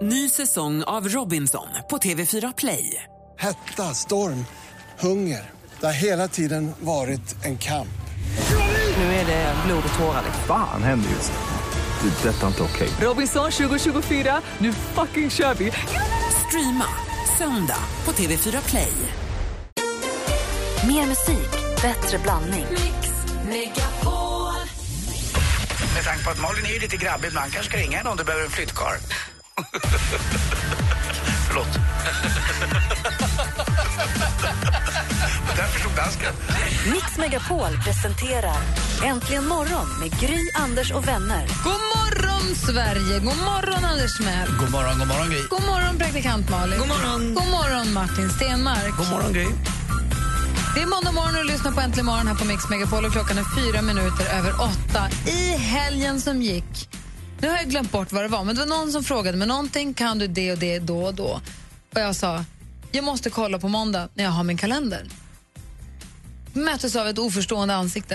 Ny säsong av Robinson på TV4 Play. Hetta, storm, hunger. Det har hela tiden varit en kamp. Nu är det blod och tårar. Fan händer just nu. Det. Detta är inte okej. Robinson 2024, nu fucking kör vi. Streama söndag på TV4 Play. Mer musik, bättre blandning. Mix Megapol. Med tanke på att Malin är ju lite grabbig ibland, kanske ska ringa henne om du behöver en flyttkar. Förlåt. Därför stod dansken. Mix Megapol presenterar Äntligen morgon med Gry, Anders och vänner. God morgon Sverige, god morgon Anders Mell. God morgon Gry. God morgon praktikant Malin. God morgon. God morgon Martin Stenmark. God morgon Gry. Det är måndag morgon och lyssnar på Äntligen morgon här på Mix Megapol och klockan är 4 minuter över 8 i helgen som gick. Nu har jag glömt bort vad det var, men det var någon som frågade mig någonting, kan du det och det då och då? Och jag sa, jag måste kolla på måndag när jag har min kalender. Möttes av ett oförstående ansikte.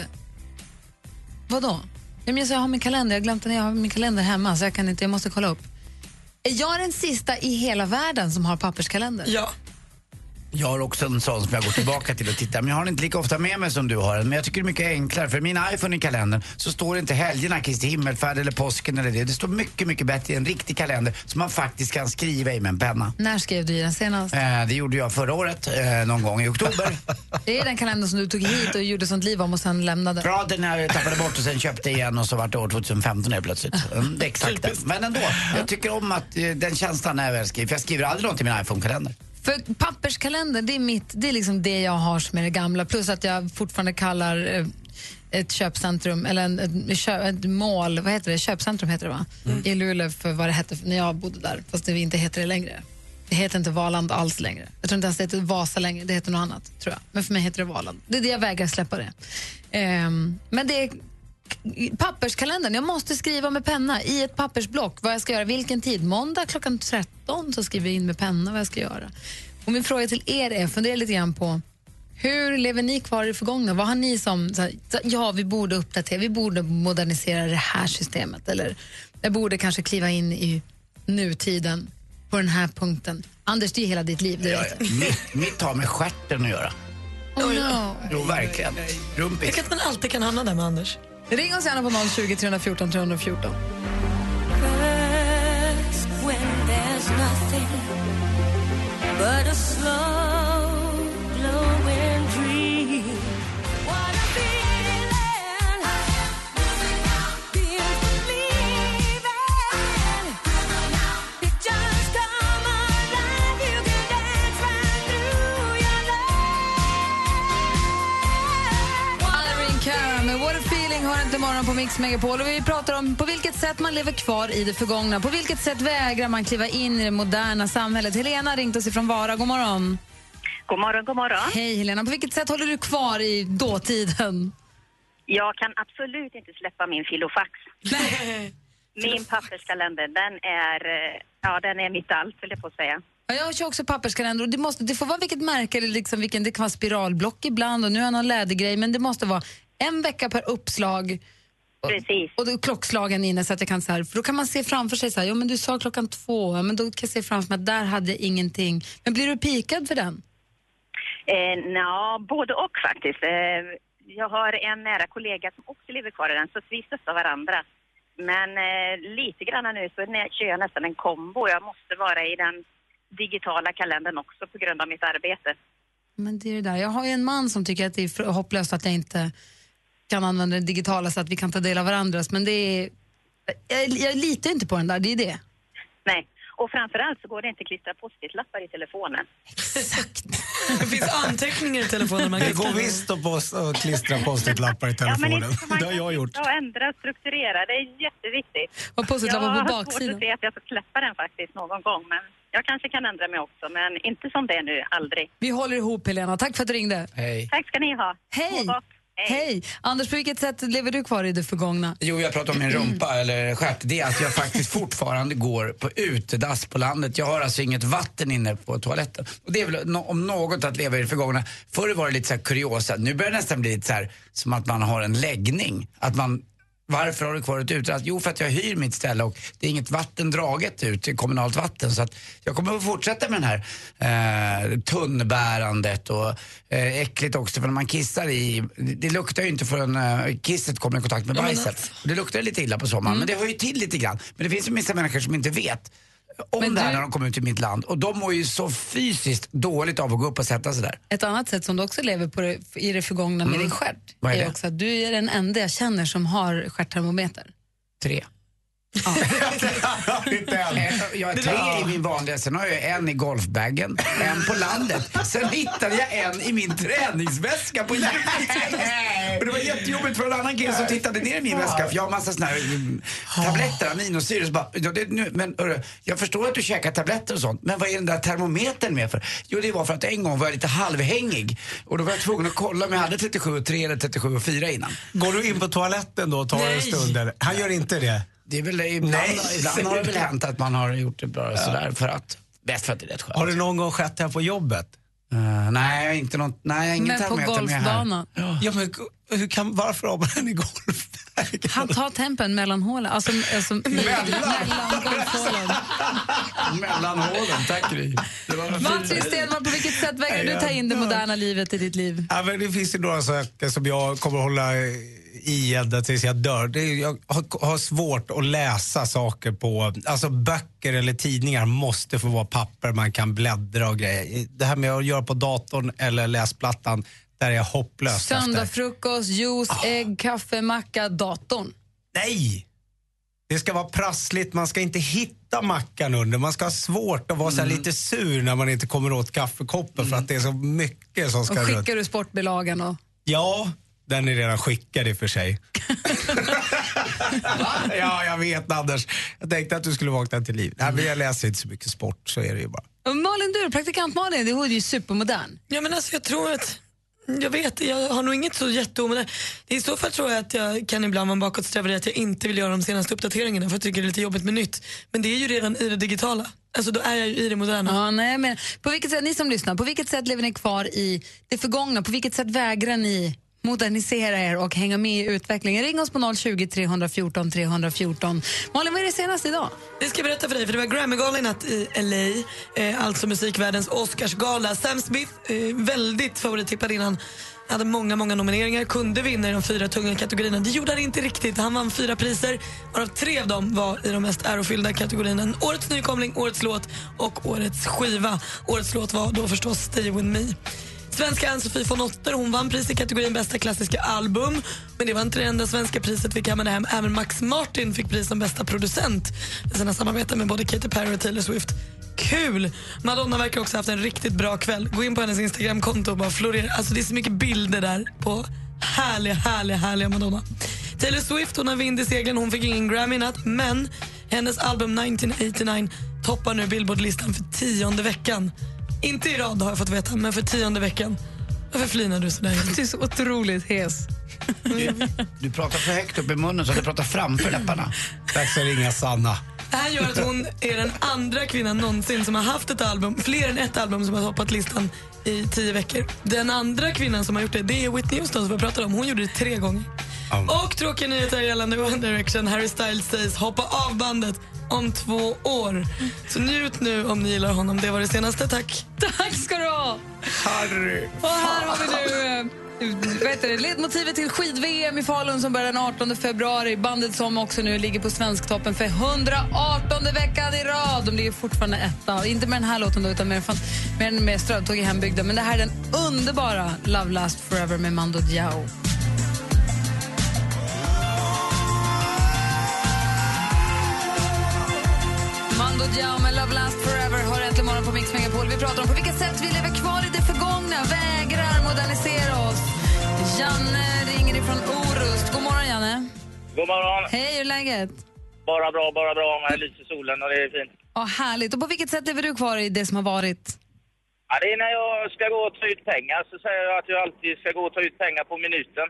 Vadå? Jag har min kalender, jag har glömt att jag har min kalender hemma så jag måste kolla upp. Är jag den sista i hela världen som har papperskalender? Ja. Jag har också en sån som jag går tillbaka till och tittar. Men jag har inte lika ofta med mig som du har. Men jag tycker det är mycket enklare. För min iPhone i kalendern så står det inte helgerna, Kristi himmelfärd eller påsken eller det. Det står mycket, mycket bättre i en riktig kalender som man faktiskt kan skriva i med en penna. När skrev du i den senast? Det gjorde jag förra året, någon gång i oktober. Det är den kalender som du tog hit och gjorde sånt liv om och sen lämnade. Ja, den jag tappade bort och sen köpte igen och så var det år 2015 är plötsligt. Det är exakt det. Men ändå, jag tycker om att den känslan är jag skriver. För jag skriver aldrig något i min iPhone-kalender. För papperskalender, det är liksom det jag har som är det gamla. Plus att jag fortfarande kallar ett köpcentrum, eller ett mål, vad heter det? Köpcentrum heter det va? I Luleå för vad det hette när jag bodde där. Fast det inte heter det längre. Det heter inte Valand alls längre. Jag tror inte ens det heter Vasa längre. Det heter något annat, tror jag. Men för mig heter det Valand. Det är det jag vägrar släppa det. Men det är papperskalendern. Jag måste skriva med penna i ett pappersblock vad jag ska göra, vilken tid. Måndag klockan 13 så skriver jag in med penna vad jag ska göra. Och min fråga till er är, fundera lite grann på hur lever ni kvar i det förgångna? Vad har ni som, ja vi borde uppdatera, vi borde modernisera det här systemet eller jag borde kanske kliva in i nutiden på den här punkten. Anders, det är hela ditt liv, det vet jag. Mitt har med stjärten att göra. Oh no. Jo, verkligen. Rumpigt. Tänk att man alltid kan hamna där med Anders. Ring oss gärna på 020 314 314. Har inte morgon på Mix Megapol och vi pratar om på vilket sätt man lever kvar i det förgångna. På vilket sätt vägrar man kliva in i det moderna samhället. Helena har ringt oss ifrån Vara. God morgon. God morgon, god morgon. Hej Helena, på vilket sätt håller du kvar i dåtiden? Jag kan absolut inte släppa min filofax. Min papperskalender, den är mitt allt, vill jag få säga. Ja, jag kör också papperskalender och det får vara vilket märke eller liksom det kan vara spiralblock ibland och nu har jag någon lädergrej, men det måste vara en vecka per uppslag. Precis. Och då klockslagen inne så att jag kan så här, för då kan man se framför sig så här, ja men du sa 2:00, men då kan jag se framför mig att där hade jag ingenting. Men blir du pikad för den? Både och faktiskt. Jag har en nära kollega som också lever kvar i den, så vi stöttar varandra. Men lite grann nu så kör jag nästan en kombo. Jag måste vara i den digitala kalendern också på grund av mitt arbete. Men det är det där. Jag har ju en man som tycker att det är hopplöst att jag inte kan använda det digitala så att vi kan ta del av varandras. Men det är... Jag litar inte på den där, det är det. Nej, och framförallt så går det inte att klistra post-it-lappar i telefonen. Exakt. Det finns anteckningar i telefonen. Det går visst att klistra post-it-lappar i telefonen. Det har jag gjort. Ja, ändra, strukturera. Det är jätteviktigt. Och post-it-lappar på baksidan. Jag har svårt att se att jag ska släppa den faktiskt någon gång, men jag kanske kan ändra mig också, men inte som det är nu, aldrig. Vi håller ihop, Helena. Tack för att du ringde. Hej. Tack ska ni ha. Hej. Hej. Anders, på vilket sätt lever du kvar i det förgångna? Jo, jag pratar om min rumpa eller stjärt. Det är att jag faktiskt fortfarande går på utedass på landet. Jag har alltså inget vatten inne på toaletten. Och det är väl om något att leva i det förgångna. Förr var det lite så här kuriosa. Nu börjar det nästan bli lite så här som att man har en läggning. Att man Varför har du kvar ett utedass? Jo, för att jag hyr mitt ställe och det är inget vatten draget ut till kommunalt vatten. Så att jag kommer att fortsätta med den här tunnbärandet och äckligt också. För när man kissar i, det luktar ju inte förrän kisset kommer i kontakt med bajset. Det luktar lite illa på sommaren, men det hör ju till lite grann. Men det finns ju vissa människor som inte vet om det här när de kommer ut till mitt land. Och de mår ju så fysiskt dåligt av att gå upp och sätta sig där. Ett annat sätt som du också lever på i det förgångna med din stjärt är också att du är den enda jag känner som har stjärttermometer. 3. Ja. Jag har 3 i min vanliga, sen har jag en i golfbagen, en på landet. Sen hittade jag en i min träningsväska på och det var jättejobbigt för en annan kille som tittade ner i min väska. För jag har massa såna här tabletter, aminosyre. Jag förstår att du käkar tabletter och sånt, men vad är den där termometern med för? Jo, det var för att en gång var jag lite halvhängig. Och då var jag tvungen att kolla om jag hade 37,3 eller 37,4 innan. Går du in på toaletten då och tar en stund? Eller? Han gör inte det. Det är väl ibland har det väl hänt att man har gjort det bara sådär för att bäst för att det är rätt skönt. Har det någon gång skett här på jobbet? Nej, inte något. Nej, ingen termometer med här. Golfbanan. Ja, men varför har man den i golfvägen? Han tar tempen mellan hålen. Alltså mellan golfhålen. Mellan hålen, tack Gry. Matri Stenvall, på vilket sätt väger du ta in det moderna livet i ditt liv? Ja, men det finns ju några saker som jag kommer att hålla i ända tills jag dör. Jag har svårt att läsa saker på, alltså böcker eller tidningar måste få vara papper man kan bläddra och grejer. Det här med att göra på datorn eller läsplattan, där är jag hopplös. Söndag, frukost, juice, ägg, kaffe, macka, datorn. Nej! Det ska vara prassligt, man ska inte hitta mackan under. Man ska ha svårt att vara så här lite sur när man inte kommer åt kaffekoppen för att det är så mycket som ska... Och skickar du sportbilagan och... Ja, den är redan skickad i och för sig. Ja, jag vet Anders. Jag tänkte att du skulle vakna till liv. Nej, men jag läser inte så mycket sport, så är det ju bara. Malin, du, praktikant Malin, det är ju supermodern. Ja, men alltså jag tror att... Jag har nog inget så jätteomodernt. I så fall tror jag att jag kan ibland vara bakåtsträvare i att jag inte vill göra de senaste uppdateringarna för jag tycker det är lite jobbigt med nytt. Men det är ju redan i det digitala. Alltså då är jag ju i det moderna. Ja, nej, men på vilket sätt, ni som lyssnar, på vilket sätt lever ni kvar i det förgångna? På vilket sätt vägrar ni modernisera er och hänga med i utvecklingen? Ring oss på 020 314 314. Malin, vad är det senaste idag? Det ska jag berätta för dig, för det var Grammy-gala i natt i LA, alltså musikvärldens Oscarsgala. Sam Smith, väldigt favorittippad innan, hade många nomineringar, kunde vinna i de 4 tunga kategorierna. Det gjorde han inte riktigt. Han vann 4 priser, varav 3 av dem var i de mest ärofyllda kategorierna. Årets nykomling, årets låt och årets skiva. Årets låt var då förstås Stay With Me. Svenska Ann-Sofie von Otter, hon vann pris i kategorin bästa klassiska album. Men det var inte det enda svenska priset vi kammade hem. Även Max Martin fick pris som bästa producent i sina samarbeten med både Katy Perry och Taylor Swift. Kul! Madonna verkar också haft en riktigt bra kväll. Gå in på hennes Instagram-konto och bara florera. Alltså det är så mycket bilder där på härliga Madonna. Taylor Swift, hon har vind i seglen. Hon fick ingen Grammy natt, men hennes album 1989 toppar nu Billboard-listan för 10:e veckan. Inte i rad har jag fått veta, men för 10:e veckan. Varför flinar du sådär? Du är så otroligt hes. Du pratar för högt upp i munnen så du pratar framför läpparna. Dags att ringa Sanna. Det här gör att hon är den andra kvinnan någonsin som har haft ett album, fler än ett album som har toppat listan i 10 veckor. Den andra kvinnan som har gjort det är Whitney Houston som vi pratar om. Hon gjorde det 3 gånger. Och tråkiga nyheter gällande One Direction. Harry Styles sägs hoppa av bandet om 2 år. Så njut nu om ni gillar honom. Det var det senaste, tack. Tack ska du ha. Harry. Och här har vi nu ledmotivet till skid-VM i Falun som börjar den 18 februari. Bandet som också nu ligger på Svensktoppen för 118 veckan i rad. De ligger fortfarande etta. Inte med den här låten då, utan med Strövtåg i hembygden. Men det här är den underbara Love Last Forever med Mando Diao. Mando Diao med Love Last Forever har äntligen morgon på Mix Megapol. Vi pratar om på vilket sätt vi lever kvar i det förgångna, vägrar modernisera oss. Janne ringer ifrån Orust. God morgon, Janne. God morgon. Hej, hur är läget? Bara bra. Här lyser solen och det är fint. Ja, härligt. Och på vilket sätt lever du kvar i det som har varit? Ja, det är när jag ska gå och ta ut pengar så säger jag att jag alltid ska gå och ta ut pengar på minuten.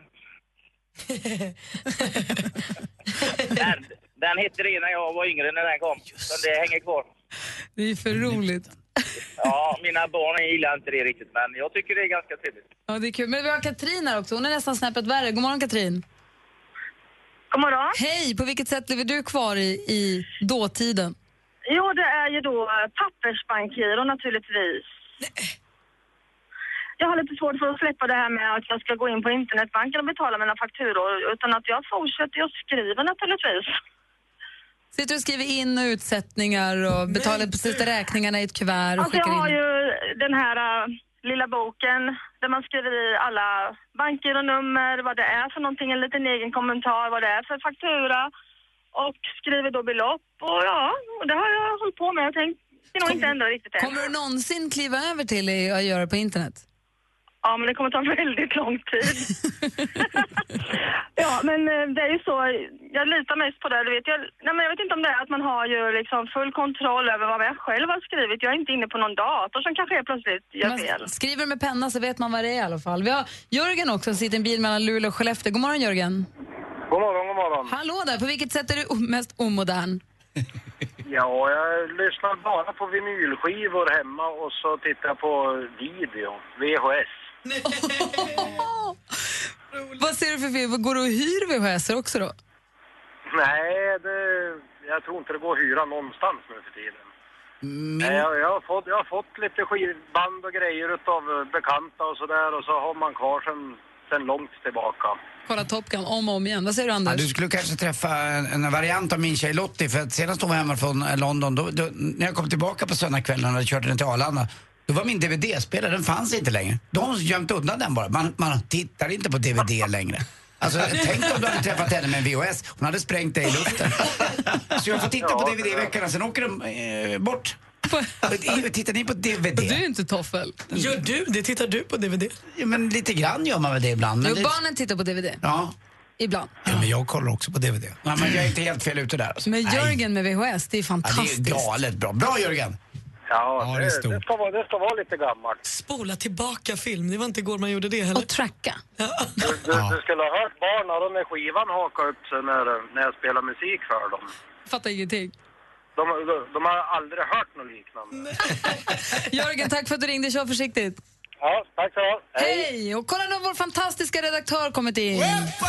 Den hette det när jag var yngre när den kom. Så det hänger kvar. Det är för roligt. Ja, mina barn gillar inte det riktigt, men jag tycker det är ganska trevligt. Ja, det är kul. Men vi har Katrin här också. Hon är nästan snäppet värre. God morgon, Katrin. God morgon. Hej, på vilket sätt lever du kvar i dåtiden? Jo, det är ju då pappersbankgiro naturligtvis. Jag har lite svårt för att släppa det här med att jag ska gå in på internetbanken och betala mina fakturor, utan att jag fortsätter att skriva naturligtvis. Sitter du och skriver in och utsättningar och betalar precis räkningarna i ett kuvert och Alltså jag har in? ju den här lilla boken där man skriver i alla banker och nummer, vad det är för någonting, en liten egen kommentar, vad det är för faktura och skriver då belopp och ja, det har jag hållit på med. Jag tänkte nog inte ändå riktigt än. Kommer du någonsin kliva över till att göra det på internet? Ja, men det kommer ta väldigt lång tid. Ja, men det är ju så, jag litar mest på det, du vet. Jag vet inte om det är att man har ju liksom full kontroll över vad jag själv har skrivit. Jag är inte inne på någon dator som kanske plötsligt gör fel. Skriver du med penna så vet man vad det är i alla fall. Vi har Jörgen också, som sitter i en bil mellan Luleå och Skellefteå. God morgon, Jörgen. God morgon, god morgon. Hallå där, på vilket sätt är du mest omodern? Ja, jag lyssnar bara på vinylskivor hemma och så tittar jag på video, VHS. Vad ser du för film? Går du och hyr VHS också då? Nej, jag tror inte det går att hyra någonstans nu för tiden. Jag har fått lite skivband och grejer utav bekanta och sådär, och så har man kvar sen långt tillbaka. Kolla Top Gun om och om igen. Vad säger du, Anders? Ja, du skulle kanske träffa en variant av min tjej Lottie, för att senast hon var hemma från London, då, när jag kom tillbaka på söndagskvällen och hade kört den till Arlanda, då var min DVD-spelare, den fanns inte längre. Då har hon gömt undan den bara. Man tittar inte på DVD längre. Alltså, tänk om du hade träffat henne med en VHS. Hon hade sprängt dig i luften. Så jag får titta på DVD i veckan, sen åker de bort. Tittar ni på DVD? Du är inte toffel. Gör du det? Tittar du på DVD? Ja, men lite grann gör man väl det ibland. Men jo, barnen tittar på DVD. Ja. Ibland. Ja, men jag kollar också på DVD. Ja, men jag är inte helt fel ute där. Alltså. Men Jörgen med VHS, det är fantastiskt. Ja, det är galet bra. Bra, Jörgen! Ja, det ska vara lite gammalt. Spola tillbaka film, det var inte igår man gjorde det heller. Och tracka. Ja. Du skulle ha hört barnen när skivan hakade upp sig när jag spelar musik för dem. Fattar ingenting. De har aldrig hört något liknande. Jörgen, tack för att du ringde. Kör försiktigt. Ja, tack så mycket. Hej! Och kolla nu, vår fantastiska redaktör kommit in.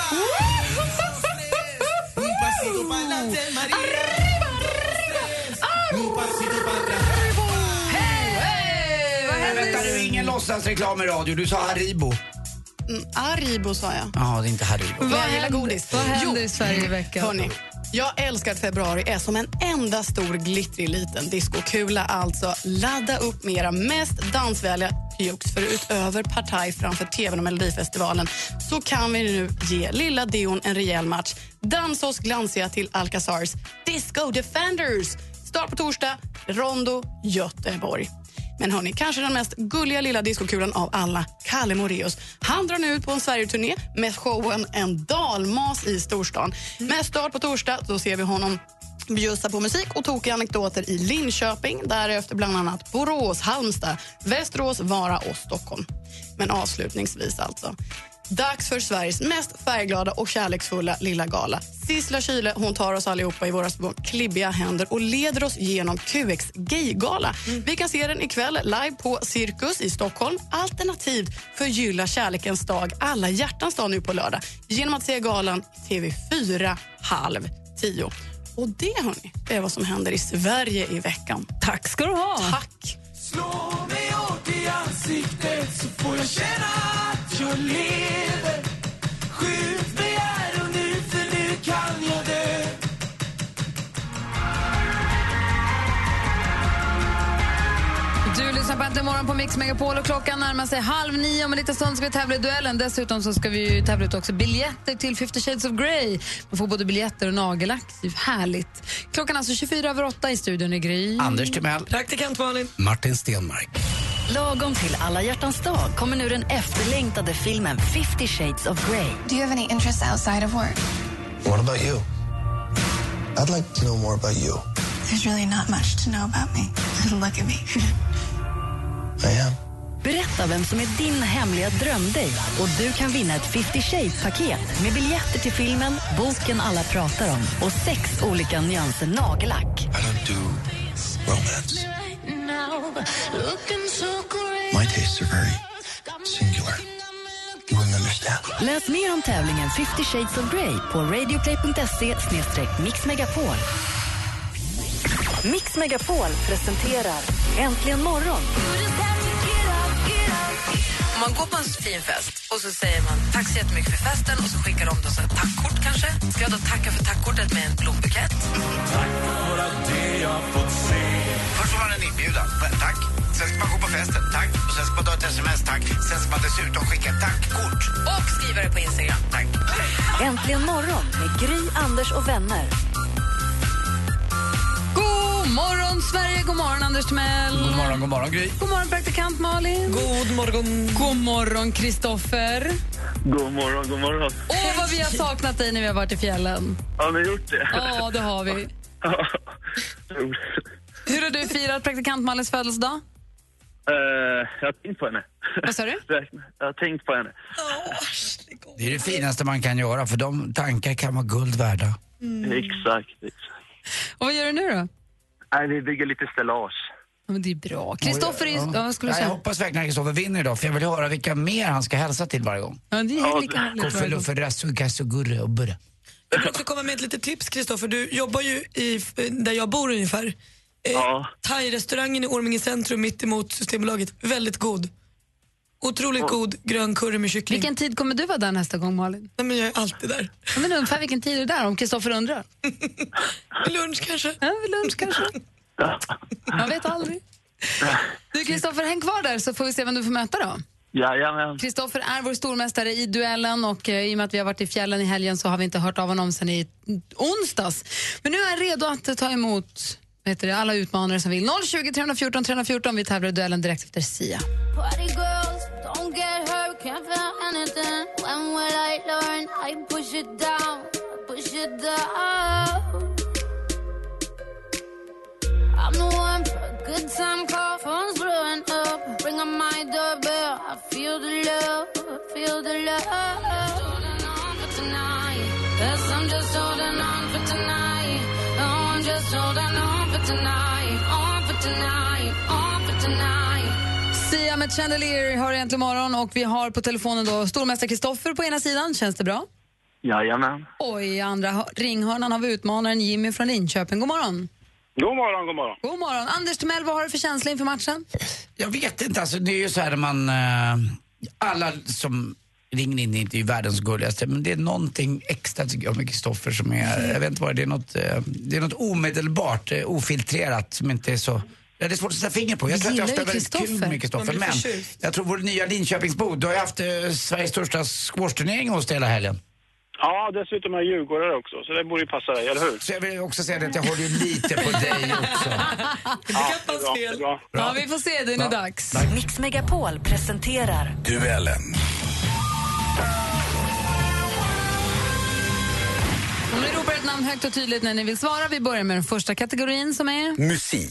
Vänta nu, ingen låtsasreklam i radio. Du sa Haribo. Haribo sa jag. Ja, det är inte Haribo. Jag gillar godis. Vad händer i Sverige i veckan? Hörrni, jag älskar att februari är som en enda stor glittrig liten diskokula. Alltså, ladda upp med era mest dansvänliga pjux för utöver partaj framför tvn och Melodifestivalen så kan vi nu ge lilla Dion en rejäl match. Dansa oss glansiga till Alcazars Disco Defenders. Start på torsdag, Rondo, Göteborg. Men hörni, kanske den mest gulliga lilla diskokulan av alla, Kalle Moraeus. Han drar nu ut på en Sverige-turné med showen En dalmas i storstan. Med start på torsdag så ser vi honom bjussa på musik och tokiga anekdoter i Linköping, därefter bland annat Borås, Halmstad, Västerås, Vara och Stockholm. Men avslutningsvis alltså, dags för Sveriges mest färgglada och kärleksfulla lilla gala. Sissela Kyle, hon tar oss allihopa i våra små klibbiga händer och leder oss genom QX Gay-gala. Vi kan se den ikväll live på Cirkus i Stockholm. Alternativt förgylla kärlekens dag, alla hjärtans dag nu på lördag, genom att se galan TV4 halv 10. Och det, hörni, det är vad som händer i Sverige i veckan. Tack ska du ha. Tack. Slå mig åt i ansiktet så får jag känna att jag lever. Skjut mig här och nu, för nu kan jag dö. Du lyssnar på Äntligen morgon på Mix Megapol och klockan närmar sig 8:30. Om en liten stund ska vi tävla i duellen. Dessutom så ska vi tävla ut också biljetter till 50 Shades of Grey. Man får både biljetter och nagellack. Härligt. Klockan är alltså 7:24 i studion i Gry. Anders Timell. Praktikant Malin. Martin Stenmark. Lagom till alla hjärtans dag kommer nu den efterlängtade filmen 50 Shades of Grey. Do you have any interests outside of work? What about you? I'd like to know more about you. There's really not much to know about me. Look at me. I am. Berätta vem som är din hemliga drömdejt och du kan vinna ett 50 Shades-paket med biljetter till filmen, boken alla pratar om och 6 olika nyanser nagellack. I don't do romance. My tastes are very singular. You will understand. Läs mer om tävlingen 50 Shades of Grey på radioplay.se/mixmegapol. Mix Megapol presenterar Äntligen morgon. Om man går på en fin fest och så säger man tack så jättemycket för festen och så skickar de då så ett tackkort kanske. Ska jag då tacka för tackkortet med en blombukett? Tack för att det jag fått se. Först får man en inbjudan. Tack. Sen ska man gå på festen. Tack. Och sen ska man ta ett sms. Tack. Sen ska man dessutom skicka ett tackkort. Och skriva det på Instagram. Tack. Äntligen morgon med Gry, Anders och vänner. God morgon Sverige, god morgon Anders Timell. God morgon Gry. God morgon praktikant Malin. God morgon. God morgon Kristoffer. God morgon. Åh, vad vi har saknat dig när vi har varit i fjällen. Har ni gjort det? Ja, det har vi. Hur har du firat praktikant Malins födelsedag? Jag har tänkt på henne. Vad sa du? Jag har tänkt på henne. Det är det finaste man kan göra, för de tankar kan vara guld värda. Exakt. Och vad gör du nu då? Nej, vi bygger lite stellage. Ja, men det är bra. Kristoffer Jag hoppas verkligen att Kristoffer vinner idag, för jag vill höra vilka mer han ska hälsa till varje gång. Ja, det är lika härligt. Koffeluffer, Rassugas och Gurre och Burre. Jag vill också komma med ett litet tips, Kristoffer. Du jobbar ju där jag bor ungefär. Thai-restaurangen i Orminge centrum mitt emot Systembolaget. Väldigt god. Otroligt god grön curry med kyckling. Vilken tid kommer du vara där nästa gång, Malin? Nej, men jag är alltid där. Ja, men ungefär vilken tid är du där, om Kristoffer undrar? Vid lunch kanske. Ja, vid lunch kanske. Man vet aldrig. Du, Kristoffer, häng kvar där så får vi se vem du får möta då. Jajamän. Kristoffer är vår stormästare i duellen och i och med att vi har varit i fjällen i helgen så har vi inte hört av honom sen i onsdags. Men nu är jag redo att ta emot alla utmanare som vill. 020 314 314. Vi tävlar i duellen direkt efter Sia. Party girls, don't get hurt, can't feel anything. When will I learn? I push it down, push it down. I'm the one for a good time call, phone's blowing up. Bring on my doorbell, I feel the love, feel the love. Holding on for tonight, 'cause I'm just holding on for tonight. No, I'm just holding on for tonight, on for tonight, on for tonight. Sia med Chandelier har egentligen morgon och vi har på telefonen då stormästare Kristoffer på ena sidan. Känns det bra? Jajamän. Och i andra ringhörnan har vi utmanaren Jimmy från Linköping. God morgon. God morgon. God morgon. Anders Timell, vad har du för känsla inför matchen? Jag vet inte, alltså det är ju så här när man... alla som ringer in är inte världens gulligaste, men det är någonting extra tycker jag med Kristoffer som är... Jag vet inte vad det är, det är något omedelbart, ofiltrerat som inte är så... Ja, det är svårt att sätta finger på. Jag tror att jag har haft väldigt kul med Kristoffer, men jag tror vår nya Linköpingsbo, du har ju haft Sveriges största squashturnering hos dig hela helgen. Ja, dessutom är jag djurgårdare också, så det borde ju passa dig, eller hur? Så jag vill också säga att jag håller ju lite på dig också. Det kan vara fel. Bra. Ja, vi får se, det är nu dags. Mix Megapol presenterar Duellen. Om ni ropar ett namn högt och tydligt när ni vill svara. Vi börjar med den första kategorin som är... Musik.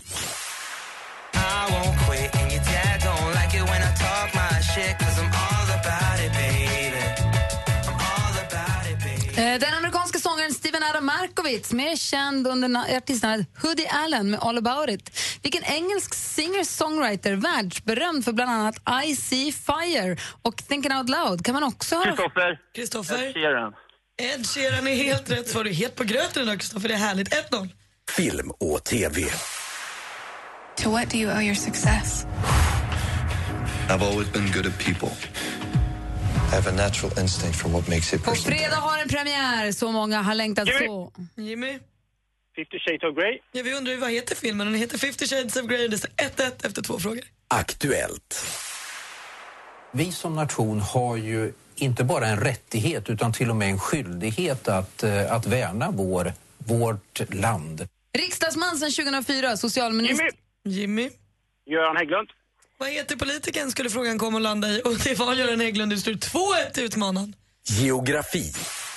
Den amerikanska sångaren Steven Adam Markovitz, mer känd under artistnamnet Hoodie Allen med All About It. Vilken engelsk singer-songwriter, världsberömd för bland annat I See Fire och Thinking Out Loud, kan man också höra... Kristoffer. Ed Sheeran. Ed Sheeran är helt rätt svar. Du är helt på gröten idag, Kristoffer. Det är härligt. 1-0. Film och TV. To what do you owe your success? I've always been good at people. I have a natural instinct for what makes a På person. fredag har en premiär, så många har längtat så. Jimmy? 50 Shades of Grey. Ja, vi undrar ju vad heter filmen. Den heter 50 Shades of Grey. Det står 1-1 efter 2 frågor. Aktuellt. Vi som nation har ju inte bara en rättighet utan till och med en skyldighet att värna vårt land. Riksdagsman sedan 2004, socialminister... Jimmy? Göran Hägglund. Vad heter politikern skulle frågan komma och landa i? Och det var Göran Hägglund. Du står 2-1 utmanad. Geografi.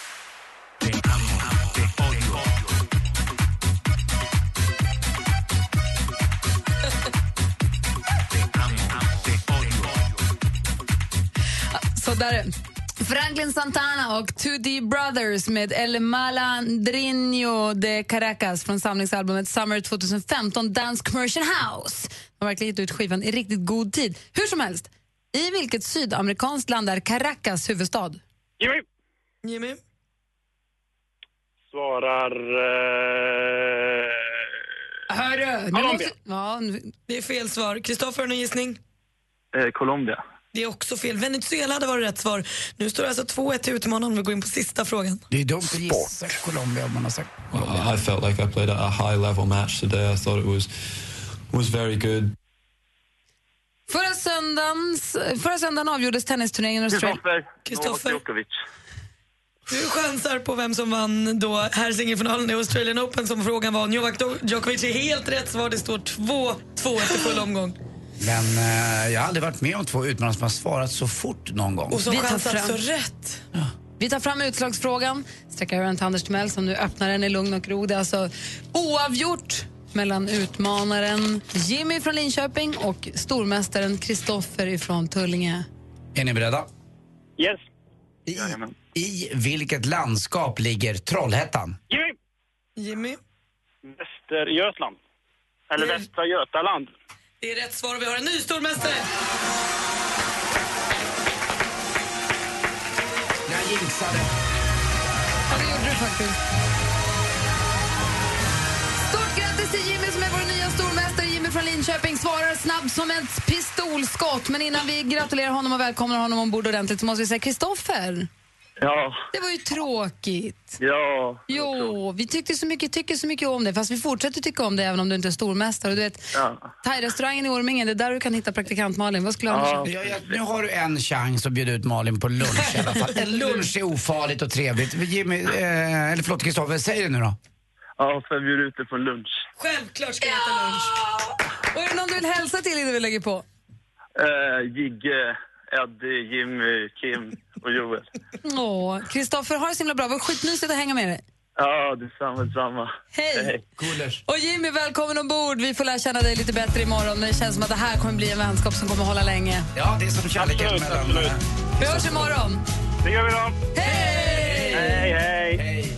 Så där. Franklin Santana och 2D Brothers med El Malandrino de Caracas från samlingsalbumet Summer 2015 Dance Commercial House. De har verkligen gett ut skivan i riktigt god tid. Hur som helst, I vilket sydamerikanskt land är Caracas huvudstad? Jimmy. Svarar... Hörru! Det är fel svar. Kristoffer, en gissning? Colombia. Det är också fel. Venezuela hade varit rätt svar. Nu står det alltså 2-1 till utmanaren om vi går in på sista frågan. Det är dumt att gissa Colombia om man har sagt. I felt like I played a high level match today. I thought it was very good. Förra söndagen avgjordes tennisturneringen i Australien. Kristoffer. Du chansar på vem som vann då här singelfinalen i Australian Open som frågan var. Novak Djokovic är helt rätt svar. Det står 2-2 efter full omgång. Men jag har aldrig varit med om 2 utmanare som har svarat så fort någon gång. Och som chansat så rätt. Ja. Vi tar fram utslagsfrågan. Sträcker över en till Anders Timell som nu öppnar den i lugn och ro. Det är alltså oavgjort mellan utmanaren Jimmy från Linköping och stormästaren Kristoffer ifrån Tullinge. Är ni beredda? Yes. I vilket landskap ligger Trollhättan? Jimmy. Västergötland. Eller Västra Götaland. Det är rätt svar och vi har en ny stormästare. Jag jinxade. Ja, det gjorde du faktiskt. Stort grattis till Jimmy som är vår nya stormästare. Jimmy från Linköping svarar snabbt som ett pistolskott. Men innan vi gratulerar honom och välkomnar honom ombord ordentligt så måste vi säga Kristoffer. Ja. Det var ju tråkigt. Ja. Jo, vi tycker så mycket om det. Fast vi fortsätter tycka om det även om du inte är stormästare. Du vet, thai-restaurangen i Ormingen, det är där du kan hitta praktikant Malin. Vad skulle Anders säga? Nu har du en chans att bjuda ut Malin på lunch i alla fall. En lunch är ofarligt och trevligt. Jimmy, eller förlåt Kristoffer, säg det nu då. Ja, för jag bjuder ut det på lunch. Självklart ska jag äta lunch. Och är det någon du vill hälsa till innan vi lägger på? Gigge, Eddie, Jimmy, Kim och Joel. Kristoffer, har det så himla bra. Det var skitmysigt att hänga med dig. Ja, detsamma. Hej! Coolers. Och Jimmy, välkommen ombord. Vi får lära känna dig lite bättre imorgon. Men det känns som att det här kommer bli en vänskap som kommer hålla länge. Ja, det är som kärleken mellan... Vi hörs imorgon. Det gör vi då. Hej! Hej!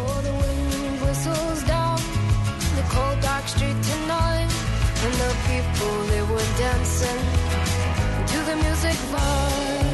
And the people, they were dancing to the music vibe.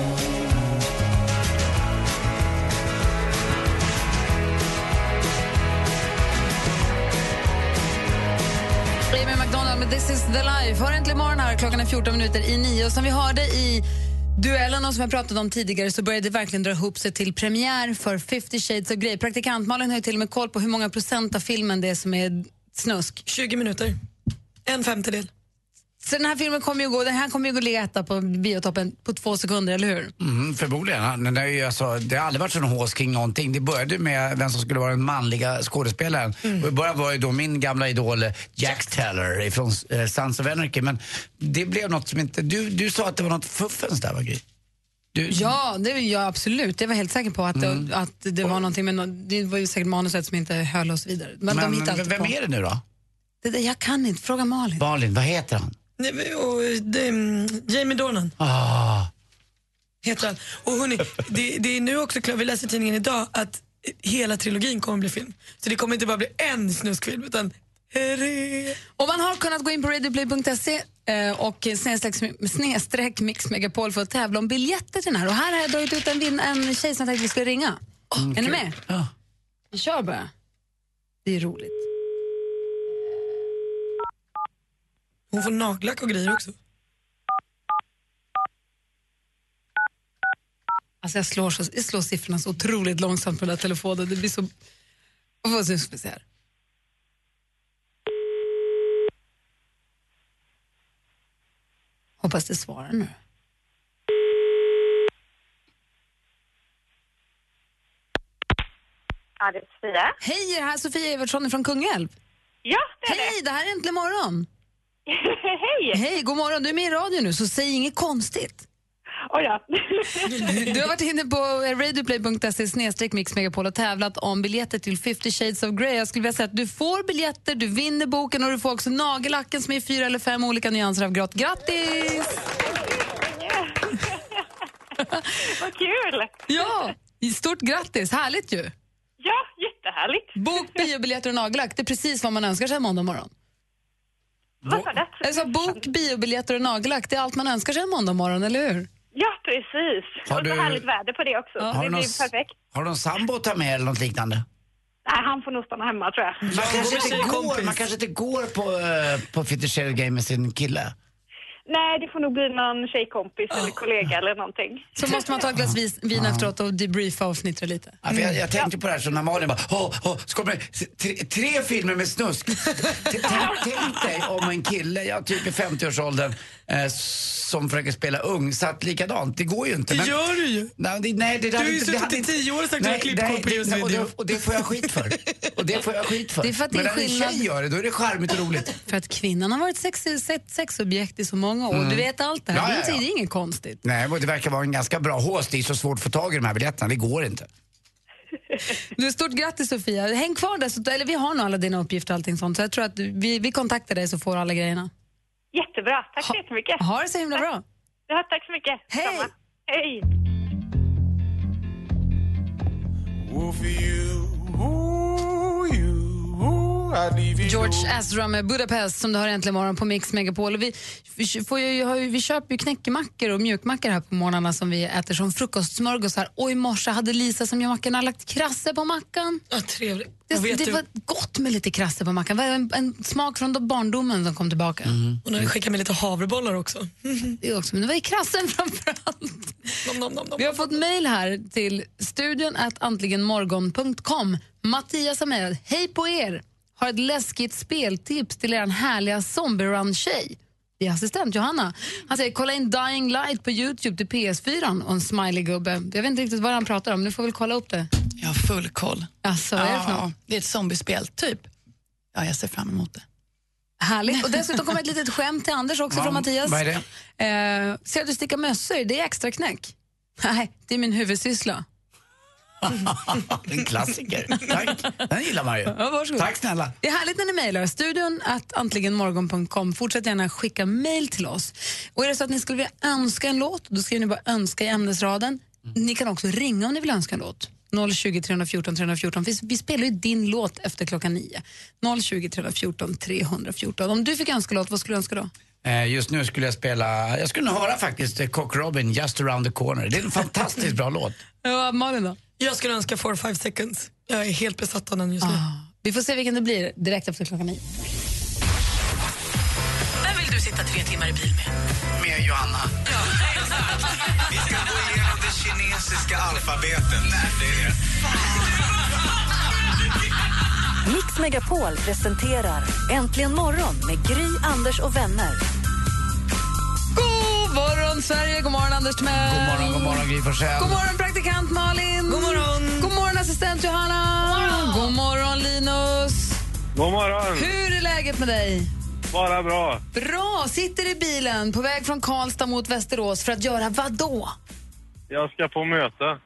Amy McDonald med This is the life. Har äntligen morgon här, klockan är 14:14 och som vi hörde i duellen och som jag pratade om tidigare så började det verkligen dra ihop sig till premiär för 50 Shades of Grey. Praktikant Malin har ju till och med koll på hur många procent av filmen det är som är snusk. 20 minuter. 1/5. Så den här filmen kommer ju gå, den här kommer ju gå ligga etta på biotoppen på 2 sekunder, eller hur? Förmodligen. Det har aldrig varit sån hås kring någonting. Det började med vem som skulle vara den manliga skådespelaren. Och i början var ju då min gamla idol Jack Teller från Sons of Anarchy. Men det blev något som inte... Du sa att det var något fuffens där, va, Gry? Ja, det var jag absolut. Jag var helt säker på att det var någonting med det var ju säkert manuset som inte höll och så vidare. Men de hittade alltid vem på. är det nu då? Jag kan inte. Fråga Malin. Malin, vad heter han? Jamie Dornan. Heter han. Och hörni, det är nu också klart, vi läser i tidningen idag att hela trilogin kommer bli film. Så det kommer inte bara bli en snuskfilm utan och man har kunnat gå in på radioplay.se och snedstreck Mix Megapol för att tävla om biljetter till den här. Och här har jag dragit ut en tjej som jag tänkte vi skulle ringa. Är ni med? Ja. Vi kör bara. Det är roligt. Hon får nagellack och grejer också. Alltså jag slår siffrorna så otroligt långsamt på den här telefonen. Det blir så... Vad ska vi se här? Hoppas det svarar nu. Ja, det är Sofia. Hej, det här är Sofia Evertsson från Kungälv. Ja, det är det. Hej, det här är Äntligen morgon. Hej! Hej, god morgon. Du är med i radio nu, så säg inget konstigt. Ja. Du har varit inne på radioplay.se/Mix Megapol och tävlat om biljetter till 50 Shades of Grey. Jag skulle vilja säga att du får biljetter, du vinner boken och du får också nagellacken som är 4 eller 5 olika nyanser av grått. Grattis! Vad kul! Ja, stort grattis. Härligt ju. Ja, jättehärligt. Bok, biobiljetter och nagellack, det är precis vad man önskar sig måndag morgon. Vad sa du? Alltså, bok, biobiljetter och nagellack, det är allt man önskar sig en måndag morgon, eller hur? Ja, precis. Har och du- så härligt väder på det också. Ja. Så Har det du blir någon- perfekt. Har du någon sambo att ta med eller något liknande? Nej, han får nog stanna hemma tror jag. Man kanske inte går på 50 Shades Game med sin kille. Nej, det får nog bli någon tjejkompis eller kollega eller någonting. Så måste man ta ett glas vin efteråt och debriefa och fnittra lite. Ja, för jag tänkte på det här som när Malin bara, ska man, tre filmer med snusk. Tänk dig om en kille, jag typ i 50-årsåldern, som försöker spela ung, satt likadant. Det går ju inte. Det gör du ju. Nej, Du har ju suttit i 10 år och sagt att du har klippt på video. Och det får jag skit för. Det är för att det är Men när en skillnad. tjej gör det, då är det charmigt och roligt. För att kvinnan har varit sexobjekt i så många år. Du vet allt det här. Det är inget konstigt. Nej, det verkar vara en ganska bra hås. Det är så svårt att få tag i de här biljetterna. Det går inte. Du, stort grattis Sofia. Häng kvar där, eller vi har nog alla dina uppgifter och allting sånt. Så jag tror att vi kontaktar dig så får alla grejerna. Jättebra, tack så jättemycket. Ha det så himla bra. Ja, tack så mycket. Hej. Samma. Hej. George Ezra med Budapest som du har äntligen morgon på Mix Megapol. Och vi köper ju knäckemackor och mjukmackor här på morgnarna som vi äter som frukostsmörgåsar. Och i morse hade Lisa som gör mackorna lagt krasse på mackan. Ja, trevligt. Det var gott med lite krasse på mackan. Det var en smak från barndomen som kom tillbaka. Och när vi skickar med lite havrebollar också. Det också, men det var i krassen framförallt. Vi har fått mejl här till studion @antligenmorgon.com. Mattias har mejlat: hej på er! Har ett läskigt speltips till er härliga zombie-run-tjej. Det är assistent Johanna. Han säger: kolla in Dying Light på YouTube till PS4 och en smiley-gubbe. Jag vet inte riktigt vad han pratar om, nu får väl kolla upp det. Jag har full koll. Alltså, vad är det för något? Det är ett zombiespel, typ. Ja, jag ser fram emot det. Härligt. Och dessutom kommer ett litet skämt till Anders också från Mattias. Vad är det? Ser du sticka mössor? Det är extra knäck. Nej, det är min huvudsyssla. En klassiker. Tack. Den gillar man ju. Ja, varsågod. Tack snälla. Det är härligt när ni mejlar. Studion @antligenmorgon.com. Fortsätt gärna skicka mejl till oss. Och är det så att ni skulle vilja önska en låt, då skriver ni bara önska i ämnesraden. Ni kan också ringa om ni vill önska en låt. 020 314 314. Vi spelar ju din låt efter klockan 9. 020 314 314. Om du fick önska låt, vad skulle du önska då? Just nu skulle jag skulle nog höra faktiskt Cock Robin, Just around the corner. Det är en fantastiskt bra låt. Ja, Malin då? Jag skulle önska 4-5 seconds. Jag är helt besatt av den just nu. Vi får se vilken det blir direkt efter klockan 9. Vem vill du sitta 3 timmar i bil med? Med Johanna. Ja. Vi ska gå igenom det kinesiska alfabetet. Det är det. Mix Megapol presenterar Äntligen morgon med Gry, Anders och vänner. God morgon Sverige, god morgon Anders Timell. God morgon Gry Forssell. God morgon praktikant Malin. God morgon. God morgon assistent Johanna. God morgon Linus. God morgon. Hur är läget med dig? Bara bra. Bra, sitter i bilen på väg från Karlstad mot Västerås för att göra vad då? Jag ska på möte.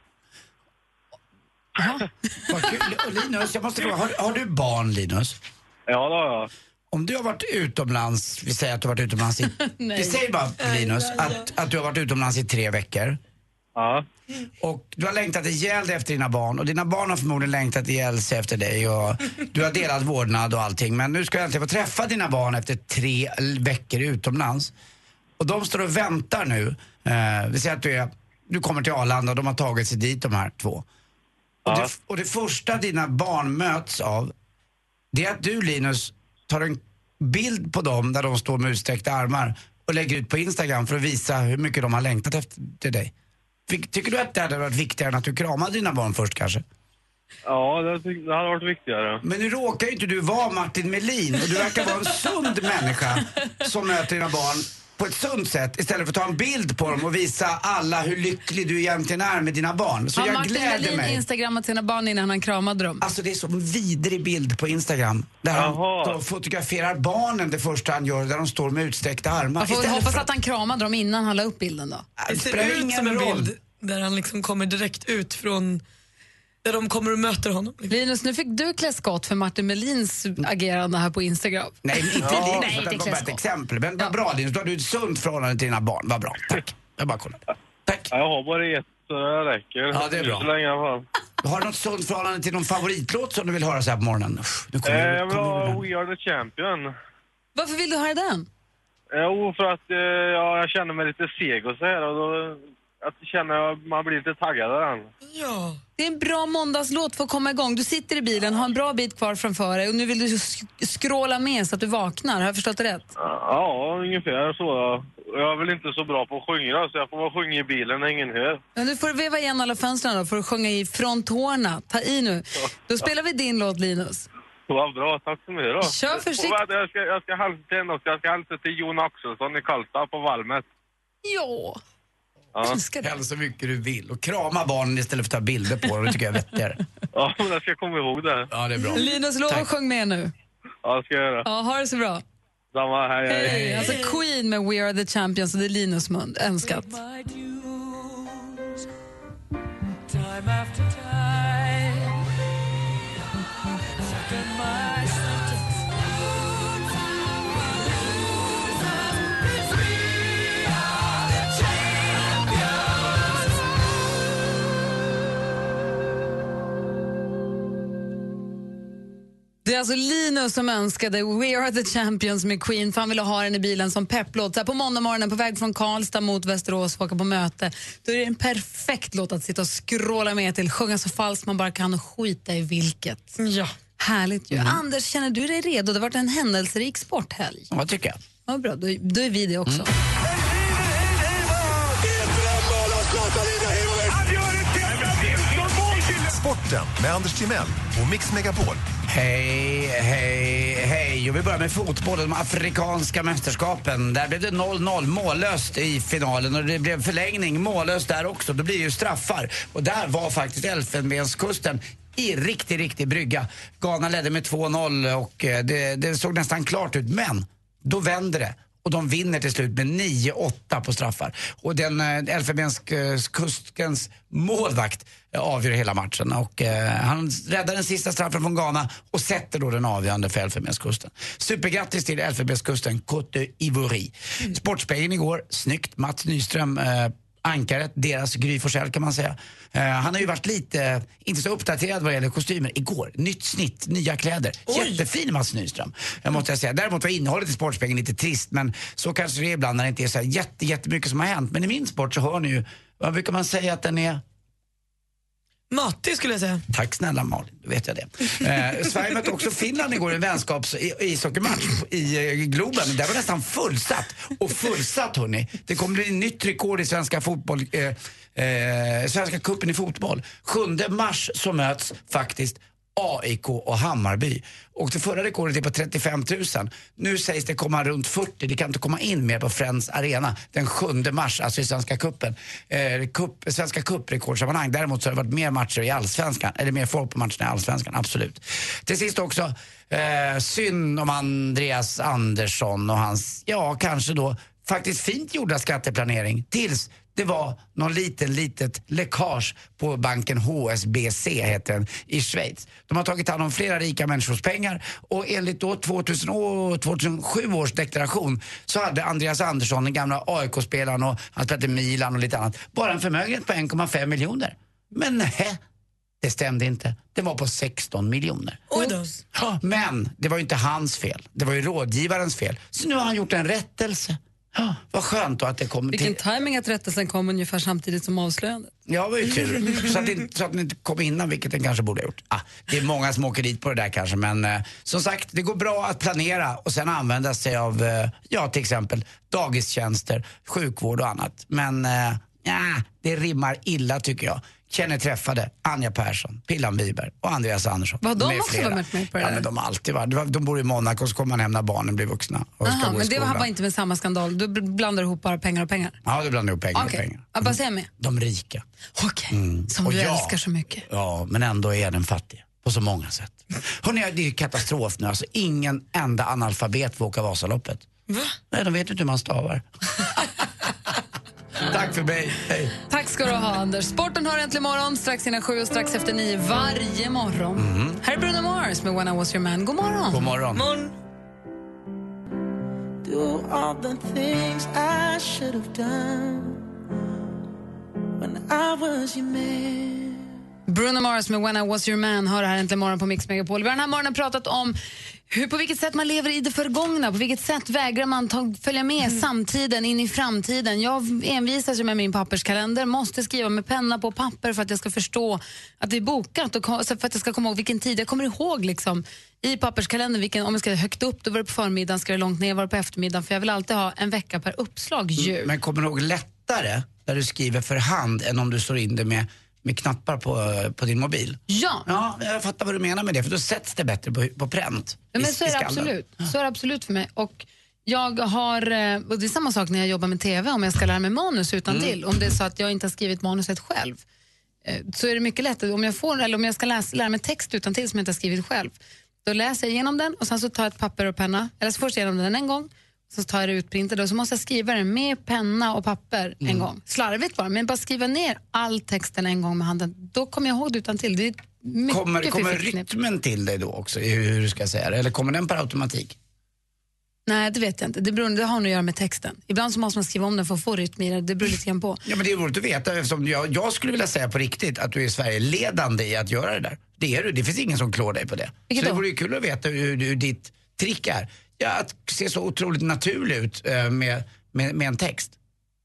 Vad kul. Och Linus, jag måste fråga, har du barn, Linus? Ja, då har jag. Om du har varit utomlands, vi säger att du har varit utomlands i... Vi säger bara, Linus, att du har varit utomlands i 3 veckor. Ja. Och du har längtat ihjäl dig efter dina barn. Och dina barn har förmodligen längtat ihjäl sig efter dig. Och du har delat vårdnad och allting. Men nu ska jag äntligen få träffa dina barn efter 3 veckor utomlands. Och de står och väntar nu. Vi säger att du kommer till Arlanda och de har tagit sig dit, de här 2. Ja. Och det första dina barn möts av, det är att du, Linus, tar en bild på dem där de står med utsträckta armar och lägger ut på Instagram för att visa hur mycket de har längtat efter dig. Tycker du att det hade varit viktigare än att du kramade dina barn först kanske? Ja, det hade varit viktigare. Men nu råkar ju inte du vara Martin Melin och du verkar vara en sund människa som möter dina barn på ett sunt sätt istället för att ta en bild på dem och visa alla hur lycklig du egentligen är med dina barn. Så jag Martin gläder Melin mig. Instagrammat sina barn innan han kramade dem. Alltså det är så vidrig bild på Instagram där han då fotograferar barnen det första han gör där de står med utsträckta armar. Jag får hoppas att han kramade dem innan han la upp bilden då. Det ser ut som en bild där han liksom kommer direkt ut från där de kommer och möter honom. Linus, nu fick du klä skott för Martin Melins agerande här på Instagram. Nej, inte Linus, Nej, det var bara ett exempel. Men vad bra Linus, då har du ett sunt förhållande till dina barn. Vad bra, tack. Jag bara kollar. Tack. Jag har bara ett så det räcker. Ja, det är bra. Så länge i alla fall. Har du något sunt förhållande till någon favoritlåt som du vill höra så här på morgonen? Jag vill ha We Are The Champion. Varför vill du höra den? Jo, för att jag känner mig lite seg och så här. Och då, att man blir lite taggad av den. Ja. Det är en bra måndagslåt för att komma igång. Du sitter i bilen, har en bra bit kvar framför dig och nu vill du skråla med så att du vaknar. Har jag förstått det rätt? Ja, ungefär så. Jag är väl inte så bra på att sjunga, så jag får bara sjunga i bilen när ingen hör. Men du får veva igen alla fönstren då för att sjunga i fronthårna. Ta i nu. Då spelar vi din låt, Linus. Vad bra, tack så mycket då. Kör försiktigt. Jag ska hälsa till något. Jag ska hälsa till Jon Axelsson i Karlstad på Valmet. Ja. Häll så mycket du vill. Och krama barnen istället för att ta bilder på dem. Det tycker jag är vettigare. Ja, men jag ska komma ihåg det. Ja, det är bra. Linus, lov och sjung med nu. Ja, det ska jag göra. Ja, ha det så bra. Samma, hej. Alltså Queen med We Are The Champions och det är Linus Mund önskat. Time after time, second my sentence. We are the champions. Det är alltså Linus som önskade We Are The Champions med Queen, för han ville ha den i bilen som pepplåt. Så här på måndag morgonen på väg från Karlstad mot Västerås och åka på möte. Då är det en perfekt låt att sitta och skråla med till, sjunga så falskt man bara kan och skita i vilket. Ja. Härligt ju. Anders, känner du dig redo? Det har varit en händelserik sporthelg. Ja, tycker jag. Ja, bra. Då är vi det också. Sporten med Anders Timell och Mix Megapol. Hej. Och vi börjar med fotboll, de afrikanska mästerskapen. Där blev det 0-0, mållöst i finalen. Och det blev förlängning, mållöst där också. Det blir ju straffar. Och där var faktiskt Elfenbenskusten i riktig brygga. Ghana ledde med 2-0 och det såg nästan klart ut. Men då vänder det. Och de vinner till slut med 9-8 på straffar. Och den Elfenbenskustens målvakt avgör hela matchen. Och han räddar den sista straffen från Ghana och sätter då den avgörande för Elfenbenskusten. Supergrattis till Elfenbenskusten, Côte d'Ivoire. Sportspegeln igår, snyggt. Mats Nyström, ankaret, deras Gry Forssell kan man säga. Han har ju varit lite, inte så uppdaterad vad gäller kostymer. Igår, nytt snitt, nya kläder. Jättefin Mats Nyström, måste jag säga. Däremot var innehållet i Sportspegeln lite trist, men så kanske det är ibland när det inte är så här jättemycket som har hänt. Men i min sport så hör ni ju, vad brukar man säga att den är? Matig skulle jag säga. Tack snälla Malin, då vet jag det. Sverige mötte också Finland igår i en vänskaps-ishockeymatch i Globen. Där var nästan fullsatt. Och fullsatt, hörni. Det kommer bli nytt rekord i svenska fotboll, svenska cupen i fotboll. 7 mars så möts faktiskt AIK och Hammarby. Och det förra rekordet är på 35 000. Nu sägs det komma runt 40. Det kan inte komma in mer på Friends Arena den 7 mars, alltså i Svenska cupen. Svenska cup-rekordsammanhang. Däremot så har det varit mer matcher i Allsvenskan. Eller mer folk på matcherna i Allsvenskan, absolut. Till sist också, synd om Andreas Andersson och hans, ja kanske då, faktiskt fint gjorda skatteplanering. Tills det var någon litet läckage på banken HSBC heter den, i Schweiz. De har tagit hand om flera rika människors pengar och enligt då 2007 års deklaration så hade Andreas Andersson, den gamla AIK-spelaren och han spelade Milan och lite annat, bara en förmögenhet på 1,5 miljoner. Men nej, det stämde inte. Det var på 16 miljoner. Oj då. Ja, men det var ju inte hans fel. Det var ju rådgivarens fel. Så nu har han gjort en rättelse. Ja, vad skönt då att det kommer till. Vilken timing att rättelsen kom ungefär samtidigt som avslöjandet. Ja, var ju tur. Så att den inte kom innan, vilket den kanske borde ha gjort. Det är många som åker dit på det där kanske, men som sagt, det går bra att planera och sen använda sig av, till exempel dagistjänster, sjukvård och annat. Men det rimmar illa tycker jag. Kenneth träffade Anja Persson, Pillan Wiberg och Andreas Andersson. Vad de också varit med på det? Ja, men de har alltid varit. De bor i Monaco och så kommer man hem när barnen blir vuxna. Aha, men det var inte med samma skandal. Du blandar ihop bara pengar och pengar. Ja, du blandar ihop pengar och pengar. Vad säger jag med? De rika. Okej, som du älskar så mycket. Ja, men ändå är den fattig. På så många sätt. Hörrni, det är ju katastrof nu. Alltså, ingen enda analfabet får åka Vasaloppet. Va? Nej, de vet inte hur man stavar. Tack för mig, hej. Tack ska du ha, Anders. Sporten har äntligen morgon, strax innan 7 och strax efter 9 varje morgon. Här är Bruno Mars med When I Was Your Man. God morgon. God morgon. Do all the things I should have done when I was your man. Bruno Mars med When I Was Your Man hör här äntligen morgon på Mix Megapol. Vi har den här morgonen pratat om på vilket sätt man lever i det förgångna, på vilket sätt vägrar man följa med samtiden in i framtiden. Jag envisas med min papperskalender, måste skriva med penna på papper för att jag ska förstå att det är bokat och för att jag ska komma ihåg vilken tid. Jag kommer ihåg liksom i papperskalendern om jag ska högt upp, då var det på förmiddagen, ska det långt ner, var det på eftermiddagen, för jag vill alltid ha en vecka per uppslag ju. Men kommer du ihåg lättare när du skriver för hand än om du står in det med knappar på din mobil? Ja. Ja, jag fattar vad du menar med det, för då sätts det bättre på pränt. Ja, men så är det absolut. Så är det absolut för mig. Och jag har, och det är samma sak när jag jobbar med TV, om jag ska lära mig manus utan till. Om det är så att jag inte har skrivit manuset själv, så är det mycket lättare. Om jag ska lära mig text utan till som jag inte har skrivit själv, då läser jag igenom den och sen så tar jag ett papper och penna. Jag läser först igenom den en gång, så tar jag det utprintad och så måste jag skriva den med penna och papper en gång. Slarvigt bara, men bara skriva ner all texten en gång med handen. Då kommer jag ihåg det utan till. Det är mycket kommer rytmen till dig då också, hur du ska säga det? Eller kommer den per automatik? Nej, det vet jag inte. Det har nog att göra med texten. Ibland så måste man skriva om den för att få rytm i det. Det beror lite grann på. Ja, men det är roligt att veta, eftersom jag skulle vilja säga på riktigt att du är Sverige-ledande i att göra det där. Det är du, det finns ingen som klår dig på det. Vilket så då? Det vore ju kul att veta hur ditt trick är. Ja, att se så otroligt naturligt ut med en text.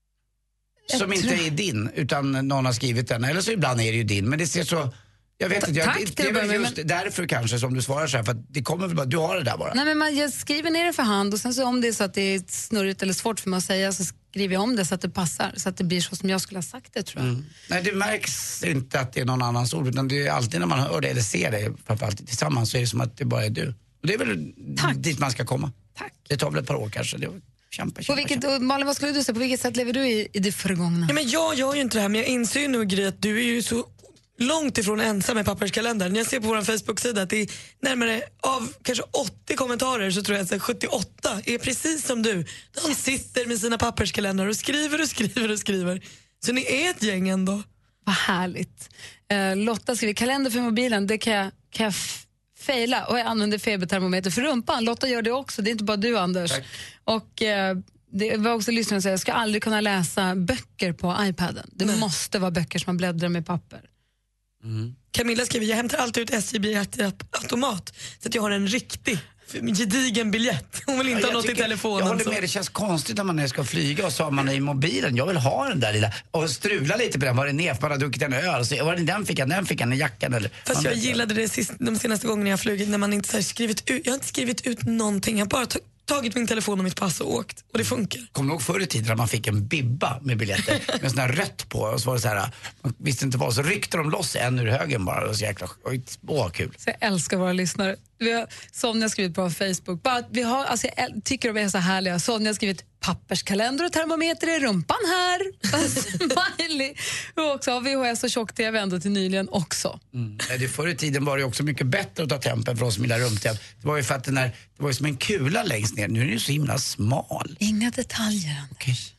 Som inte är din, utan någon har skrivit den. Eller så ibland är det ju din, men det ser så... Jag vet inte, det är väl just därför kanske som du svarar så här, för att det kommer väl bara, du har det där bara. Nej, men jag skriver ner det för hand och sen så om det är så att det är snurrigt eller svårt för mig att säga, så skriver jag om det så att det passar, så att det blir så som jag skulle ha sagt det, tror jag. Nej, det märks inte att det är någon annans ord, utan det är alltid när man hör det eller ser det, framförallt tillsammans, så är det som att det bara är du. Och det är väl dit man ska komma. Tack. Det tar väl ett par år kanske. Det kämpa. Malin, vad skulle du säga? På vilket sätt lever du i det förgångna? Ja, men jag gör ju inte det här, men jag inser ju nu, Gry, att du är ju så långt ifrån ensam med papperskalendern. Jag ser på vår Facebook-sida att det är närmare av kanske 80 kommentarer, så tror jag att 78 är precis som du. De sitter med sina papperskalendrar och skriver och skriver och skriver. Så ni är ett gäng ändå. Vad härligt. Lotta skriver, kalender för mobilen, det kan jag fejla, och jag använder febertermometer för rumpan. Lotta gör det också, det är inte bara du, Anders. Tack. Och det var också lyssnaren säga, jag ska aldrig kunna läsa böcker på iPaden. Det måste vara böcker som man bläddrar med papper. Camilla skriver, jag hämtar alltid ut SJ-automat så att jag har en riktig gedigen biljett. Hon vill inte ha något i telefonen. Jag håller med, det känns konstigt när man ska flyga och så har man i mobilen, jag vill ha den där lilla, och strula lite på den, var det ner, för man har druckit en öl, så var det den fickan i jackan eller. Fast jag gillade det de senaste gångerna jag flugit, när man inte så här skrivit ut, jag har inte skrivit ut någonting, jag har bara tagit min telefon och mitt pass och åkt, och det funkar. Kommer du ihåg förr i tiden när man fick en bibba med biljetter med sån här rött på, och så var det så här, man visste inte vad, så ryckte de loss en ur högen bara, och så jäkla kul. Så jag älskar våra lyssnare. Sonja har skrivit på Facebook, bara vi har, alltså jag tycker de är så härliga. Sonja har skrivit papperskalender och termometer i rumpan här. Smiley. Och också har VHS och tjock-tv ända till nyligen också. Det förr i tiden var det också mycket bättre att ta tempen för oss som gillar rumtemp. Det var ju för att det var ju som en kula längst ner. Nu är det ju så himla smal. Inga detaljer, Anders.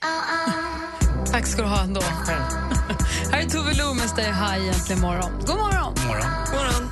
Tack ska du ha ändå. Här är Tove Lo med Stay High egentligen morgon. God morgon. God morgon. God morgon.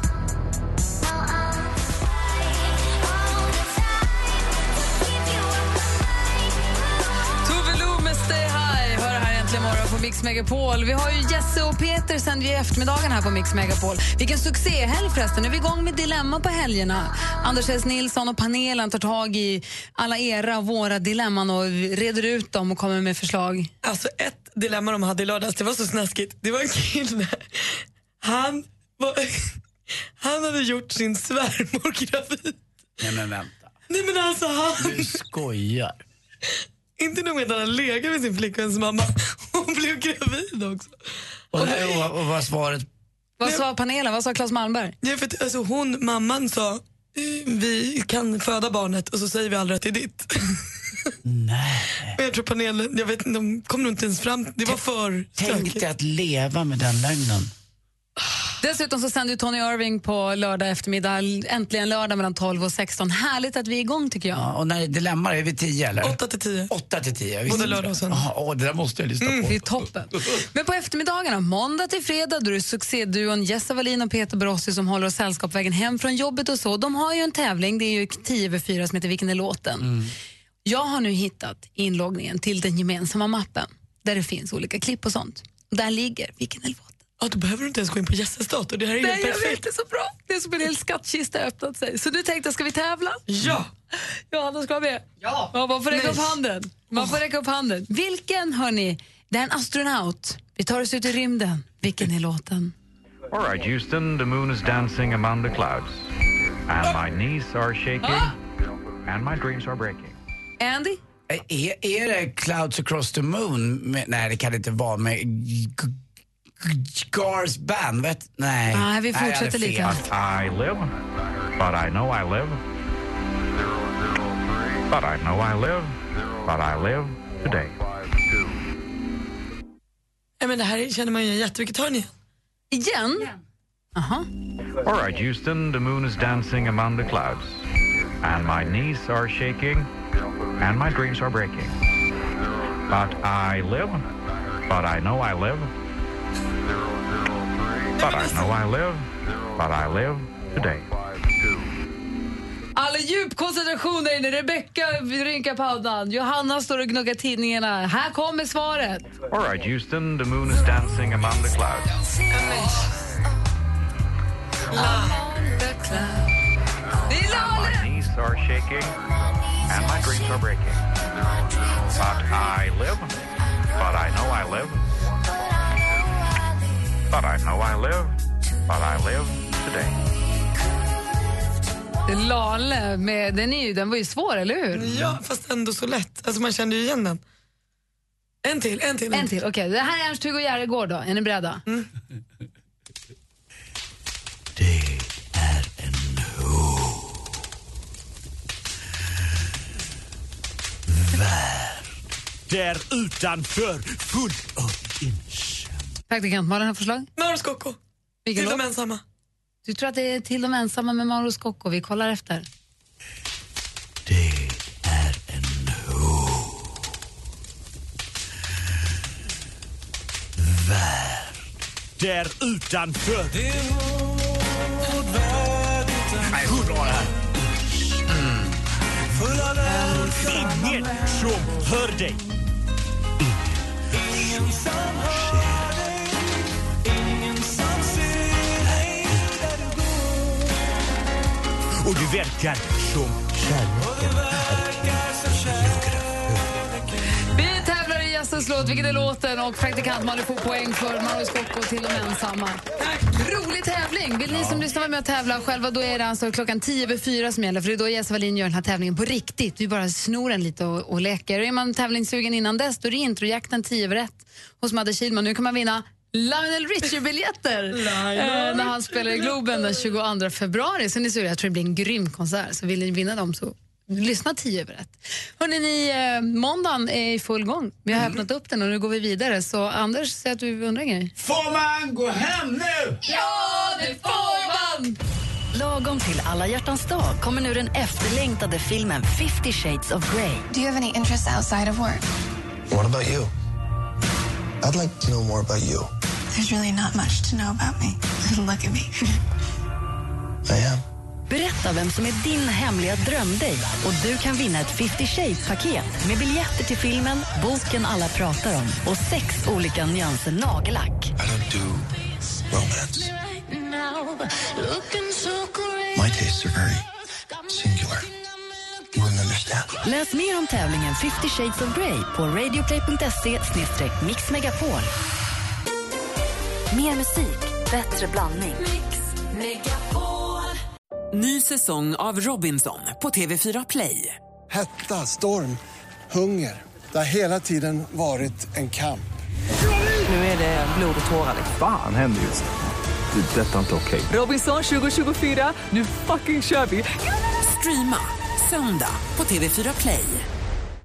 Morgon på Mix Megapol. Vi har ju Jesse och Peter sen i eftermiddagen här på Mix Megapol. Vilken succéhelg förresten. Nu är vi igång med Dilemma på helgerna. Anders S. Nilsson och panelen tar tag i alla era våra dilemman och reder ut dem och kommer med förslag. Alltså ett dilemma de hade i lördags, det var så snaskigt. Det var en kille. Han hade gjort sin svärmor gravid. Nej men vänta. Nej men alltså han... Du skojar. Inte nog med att han har legat med sin flickväns mamma. Hon blev gravid också. Och vad var svaret? Vad sa panelen? Vad sa Claes Malmberg? Ja, för att, alltså, mamman sa, vi kan föda barnet och så säger vi aldrig att det är ditt. Nej. Men jag tror panelen, jag vet inte, de kom nog inte ens fram. Det var för Tänk dig att leva med den lögnen. Dessutom så sänder Tony Irving på lördag eftermiddag, äntligen lördag mellan 12 och 16. Härligt att vi är igång tycker jag. Ja, och när Dilemma är vi 10 eller? 8-10. 8-10. Både lördag och söndag. Det där måste jag lyssna på. Det är toppen. Men på eftermiddagarna, måndag till fredag, då är det succéduon Jessa Wallin och Peter Borossi som håller oss sällskap vägen hem från jobbet och så. De har ju en tävling, det är ju 10/4 som heter Vilken är låten? Jag har nu hittat inloggningen till den gemensamma mappen där det finns olika klipp och sånt. Och där ligger Vilken är låten? Då behöver du inte ens gå in på gästens dator. Det här är helt perfekt. Jag vet, det är så bra. Det är som en hel skattkista öppnat sig. Så du tänkte, ska vi tävla? Ja! Johanna ska med. Ja! Man får räcka upp handen. Man får räcka upp handen. Vilken, hörni? Det är en astronaut. Vi tar oss ut i rymden. Vilken är låten? All right, Houston, the moon is dancing among the clouds. And my knees are shaking. And my dreams are breaking. Andy? Är det Clouds Across the Moon? Nej, det kan det inte vara med Gars band, vet? Nej. Nej, vi fortsätter lite. I live, but I know I live. But I know I live, but I live today. Men det här känner man ju jättemycket. Tar ni? Igen? Aha. All right, Houston, the moon is dancing among the clouds. And my knees are shaking, and my dreams are breaking. But I live, but I know I live. But I know I live, but I live today. Alla djup koncentration där inne. Rebecca rynkar pannan. Johanna står och gnuggar tidningarna. Här kommer svaret. All right, Houston, the moon is dancing among the clouds. Det är Lale! My knees are shaking, and my dreams are breaking. But I live, but I know I live. But I know I live, but I live today. Lale, med, den var ju svår, eller hur? Ja, fast ändå så lätt. Alltså man kände ju igen den. En till. Okej, det här är Ernst-Hugo Järegård då. Är ni beredda? Det är en värld där utanför full av Praktikant Malin har förslag? Mauro Scocco. Till de ensamma. Du tror att det är Till de ensamma med Mauro Scocco? Vi kollar efter. Det är en värld där utanför. Nej, så bra det här. Ingen som hör dig. Och du verkar som kärleken. Vi tävlar i gästens låt. Vilken är låten? Och praktikant Malin får poäng för Mauro Scocco Till de ensamma. Rolig tävling. Vill ni som lyssnar med och tävla själva, då är det alltså klockan 10:04 som gäller. För det är då Jesse Wallin gör den här tävlingen på riktigt. Vi bara snor den lite och leker. Och är man tävlingssugen innan dess, då är det introjakten 10/1 hos Madde Kihlman. Nu kan man vinna Lionel Richie-biljetter när han spelar i Globen den 22 februari. Så ni ser, jag tror det blir en grym konsert. Så vill ni vinna dem så lyssna 10/1. Hörrni, måndagen är i full gång. Vi har öppnat upp den och nu går vi vidare. Så Anders, säg att du undrar en grej. Får man gå hem nu? Ja, det får man! Lagom till alla hjärtans dag kommer nu den efterlängtade filmen 50 Shades of Grey. Do you have any interests outside of work? What about you? I'd like to know more about you. There's really not much to know about me. Look at me. I am. Berätta vem som är din hemliga drömdejt och du kan vinna ett 50 Shades-paket med biljetter till filmen, boken alla pratar om och 6 olika nyanser nagellack. I don't do romance. My tastes are very singular. You wouldn't understand. Läs mer om tävlingen 50 Shades of Grey på radioplay.se/mixmegapol. Mer musik, bättre blandning. Ny säsong av Robinson på TV4 Play. Hetta, storm, hunger. Det har hela tiden varit en kamp. Nu är det blod och tårar. Fan händer just det. Det är detta inte okej. Robinson 2024, nu fucking kör vi. Streama söndag på TV4 Play.